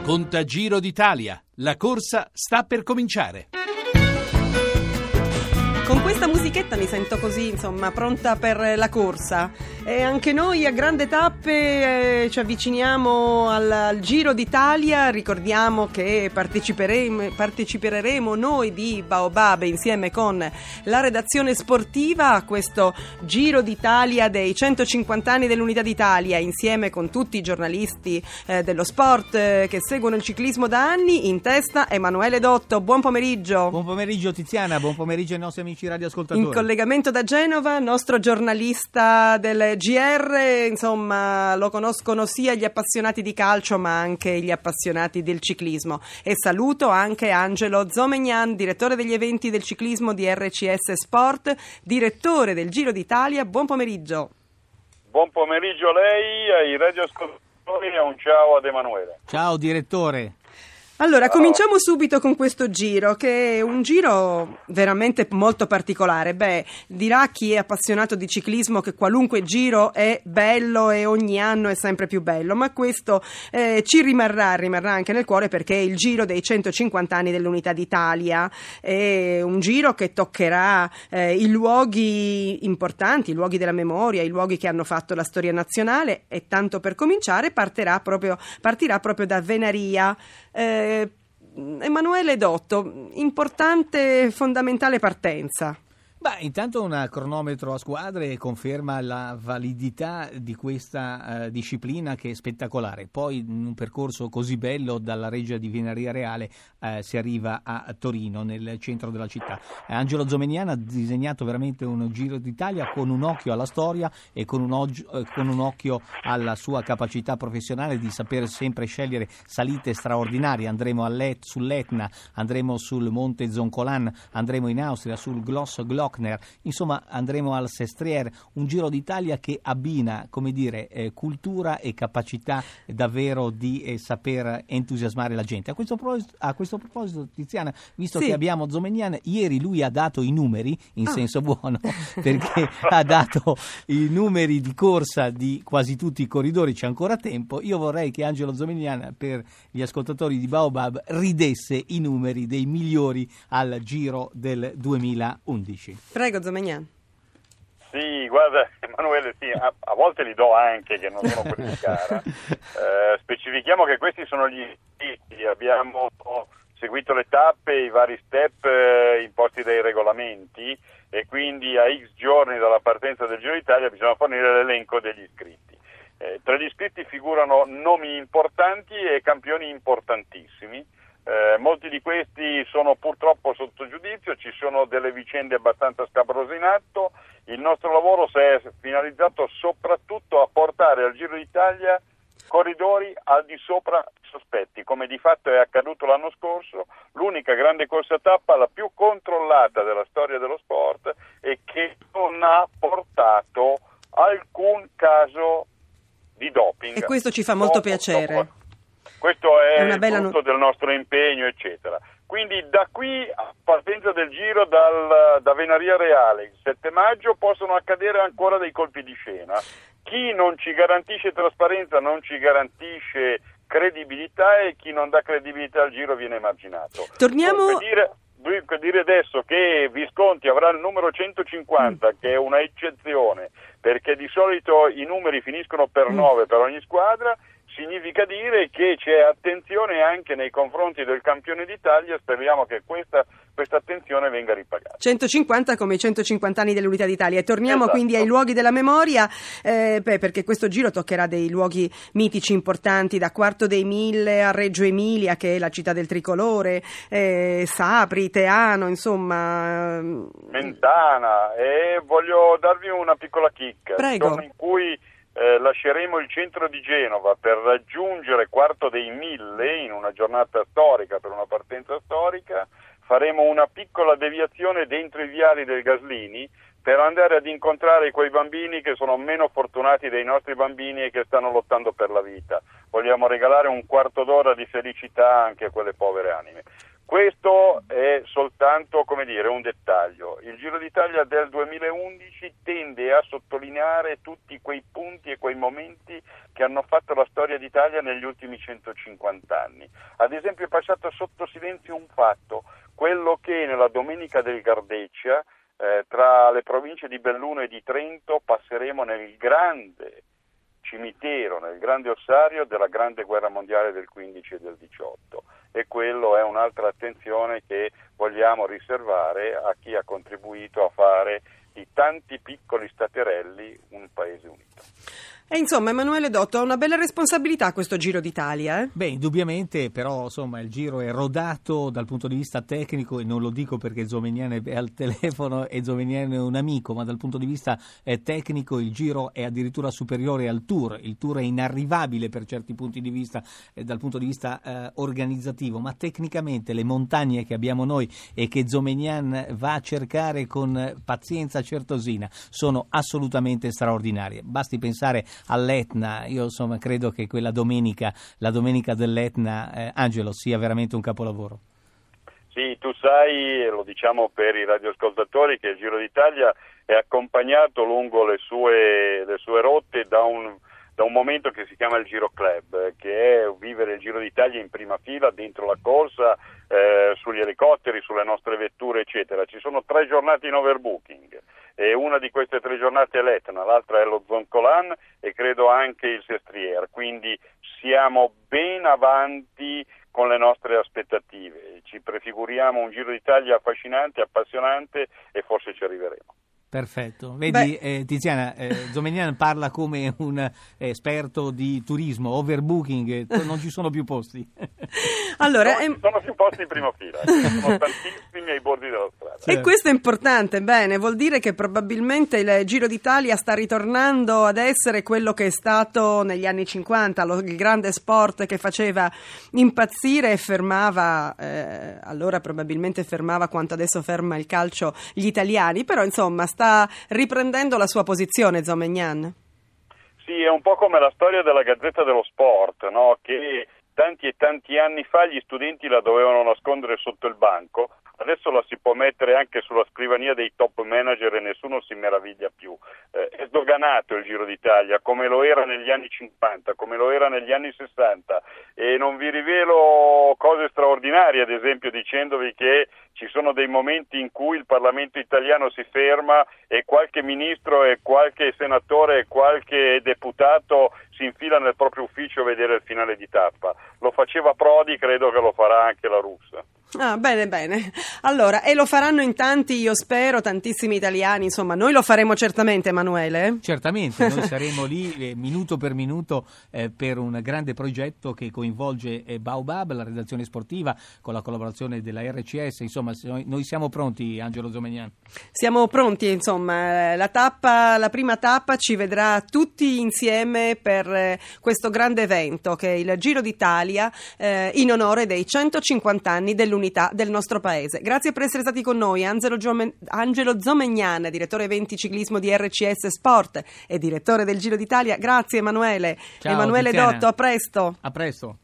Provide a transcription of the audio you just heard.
Conta Giro d'Italia, la corsa sta per cominciare. Con questa musichetta mi sento così, insomma, pronta per la corsa. E anche noi a grandi tappe ci avviciniamo al Giro d'Italia. Ricordiamo che parteciperemo noi di Baobab insieme con la redazione sportiva a questo Giro d'Italia dei 150 anni dell'Unità d'Italia, insieme con tutti i giornalisti dello sport che seguono il ciclismo da anni. In testa Emanuele Dotto. Buon pomeriggio. Buon pomeriggio Tiziana, buon pomeriggio ai nostri amici radioascoltatori. In collegamento da Genova, nostro giornalista del GR, insomma, lo conoscono sia gli appassionati di calcio ma anche gli appassionati del ciclismo. E saluto anche Angelo Zomegnan, direttore degli eventi del ciclismo di RCS Sport, direttore del Giro d'Italia. Buon pomeriggio. Buon pomeriggio a lei, ai radioascoltatori e un ciao ad Emanuele. Ciao direttore. Allora, cominciamo subito con questo giro, che è un giro veramente molto particolare. Dirà chi è appassionato di ciclismo che qualunque giro è bello e ogni anno è sempre più bello, ma questo ci rimarrà anche nel cuore, perché è il giro dei 150 anni dell'Unità d'Italia. È un giro che toccherà i luoghi importanti, i luoghi della memoria, i luoghi che hanno fatto la storia nazionale, e tanto per cominciare partirà proprio da Venaria. Emanuele Dotto, importante, fondamentale partenza. Intanto un cronometro a squadre conferma la validità di questa disciplina, che è spettacolare. Poi in un percorso così bello dalla Reggia di Venaria Reale si arriva a Torino, nel centro della città. Angelo Zomegnan ha disegnato veramente un Giro d'Italia con un occhio alla storia e con un occhio alla sua capacità professionale di saper sempre scegliere salite straordinarie. Andremo sull'Etna, andremo sul Monte Zoncolan, andremo in Austria sul Gloss Glockner, insomma andremo al Sestriere. Un Giro d'Italia che abbina, cultura e capacità davvero di saper entusiasmare la gente. A questo proposito Tiziana, visto che abbiamo Zomegnan, ieri lui ha dato i numeri in senso buono, perché ha dato i numeri di corsa di quasi tutti i corridori. C'è ancora tempo. Io vorrei che Angelo Zomegnan, per gli ascoltatori di Baobab, ridesse i numeri dei migliori al Giro del 2011. Prego Zomegnan. Sì, guarda Emanuele, a volte li do anche, che non sono quelli di gara. Specifichiamo che questi sono gli iscritti, abbiamo seguito le tappe, i vari step imposti dai regolamenti, e quindi a X giorni dalla partenza del Giro d'Italia bisogna fornire l'elenco degli iscritti. Tra gli iscritti figurano nomi importanti e campioni importantissimi. Molti di questi sono purtroppo sotto giudizio, ci sono delle vicende abbastanza scabrose in atto. Il nostro lavoro si è finalizzato soprattutto a portare al Giro d'Italia corridori al di sopra sospetti, come di fatto è accaduto l'anno scorso, l'unica grande corsa tappa, la più controllata della storia dello sport, e che non ha portato alcun caso di doping. E questo ci fa molto piacere. Questo è una bella il frutto del nostro impegno, eccetera. Quindi da qui, a partenza del Giro da Venaria Reale, il 7 maggio, possono accadere ancora dei colpi di scena. Chi non ci garantisce trasparenza non ci garantisce credibilità, e chi non dà credibilità al Giro viene emarginato. Torniamo... Dunque dire adesso che Visconti avrà il numero 150, che è una eccezione, perché di solito i numeri finiscono per 9 per ogni squadra, significa dire che c'è attenzione anche nei confronti del campione d'Italia. Speriamo che questa attenzione venga ripagata. 150 come i 150 anni dell'Unità d'Italia. E torniamo quindi ai luoghi della memoria, perché questo giro toccherà dei luoghi mitici importanti, da Quarto dei Mille a Reggio Emilia, che è la città del tricolore, Sapri, Teano, insomma... Mentana, e voglio darvi una piccola chicca. Prego. Il giorno in cui lasceremo il centro di Genova per raggiungere Quarto dei Mille, in una giornata storica, per una partenza storica, faremo una piccola deviazione dentro i viali del Gaslini per andare ad incontrare quei bambini che sono meno fortunati dei nostri bambini e che stanno lottando per la vita. Vogliamo regalare un quarto d'ora di felicità anche a quelle povere anime. Questo è soltanto, un dettaglio. Il Giro d'Italia del 2011 tende a sottolineare tutti quei punti e quei momenti che hanno fatto la storia d'Italia negli ultimi 150 anni. Ad esempio è passato sotto silenzio un fatto, quello che nella Domenica del Gardeccia, tra le province di Belluno e di Trento, passeremo nel grande cimitero, nel grande ossario della grande guerra mondiale del 15 e del 18, e quello è un'altra attenzione che vogliamo riservare a chi ha contribuito a fare di tanti piccoli staterelli un paese unito. E insomma, Emanuele Dotto ha una bella responsabilità questo Giro d'Italia. Beh, indubbiamente, però insomma il Giro è rodato dal punto di vista tecnico, e non lo dico perché Zomenian è al telefono e Zomenian è un amico, ma dal punto di vista tecnico il Giro è addirittura superiore al Tour. Il Tour è inarrivabile per certi punti di vista dal punto di vista organizzativo, ma tecnicamente le montagne che abbiamo noi e che Zomenian va a cercare con pazienza certosina sono assolutamente straordinarie. Basti pensare all'Etna. Io insomma credo che quella domenica, la domenica dell'Etna, Angelo, sia veramente un capolavoro. Sì, tu sai, lo diciamo per i radioascoltatori, che il Giro d'Italia è accompagnato lungo le sue rotte da un momento che si chiama il Giro Club, che è vivere il Giro d'Italia in prima fila, dentro la corsa, sugli elicotteri, sulle nostre vetture, eccetera. Ci sono 3 giornate in overbooking, e una di queste 3 giornate è l'Etna, l'altra è lo Zoncolan e credo anche il Sestriere, quindi siamo ben avanti con le nostre aspettative. Ci prefiguriamo un Giro d'Italia affascinante, appassionante, e forse ci arriveremo. Perfetto, vedi Tiziana, Zomenian parla come un esperto di turismo, overbooking, non ci sono più posti. Allora, ci sono più posti in prima fila, sono tantissimi ai bordi della strada. Certo. E questo è importante, bene, vuol dire che probabilmente il Giro d'Italia sta ritornando ad essere quello che è stato negli anni 50, il grande sport che faceva impazzire e fermava, allora probabilmente fermava quanto adesso ferma il calcio gli italiani, però insomma sta riprendendo la sua posizione Zomenian. Sì, è un po' come la storia della Gazzetta dello Sport, no? Che tanti e tanti anni fa gli studenti la dovevano nascondere sotto il banco, adesso la si può mettere anche sulla scrivania dei top manager e nessuno si meraviglia più. È sdoganato il Giro d'Italia, come lo era negli anni 50, come lo era negli anni 60, e non vi rivelo cose straordinarie, ad esempio dicendovi che ci sono dei momenti in cui il Parlamento italiano si ferma e qualche ministro e qualche senatore e qualche deputato si infila nel proprio ufficio a vedere il finale di tappa. Lo faceva Prodi, credo che lo farà anche la Russa. Ah, bene, bene. Allora, e lo faranno in tanti, io spero, tantissimi italiani, insomma, noi lo faremo certamente, Emanuele. Certamente, noi saremo lì minuto per minuto per un grande progetto che coinvolge Baobab, la redazione sportiva, con la collaborazione della RCS, insomma, noi siamo pronti, Angelo Zomenian. Siamo pronti, insomma, la prima tappa ci vedrà tutti insieme per questo grande evento che è il Giro d'Italia in onore dei 150 anni dell'unità del nostro paese. Grazie per essere stati con noi, Angelo Zomenian, direttore eventi ciclismo di RCS Sport e direttore del Giro d'Italia. Grazie Emanuele. Ciao, Emanuele Tiziana. Dotto, a presto. A presto.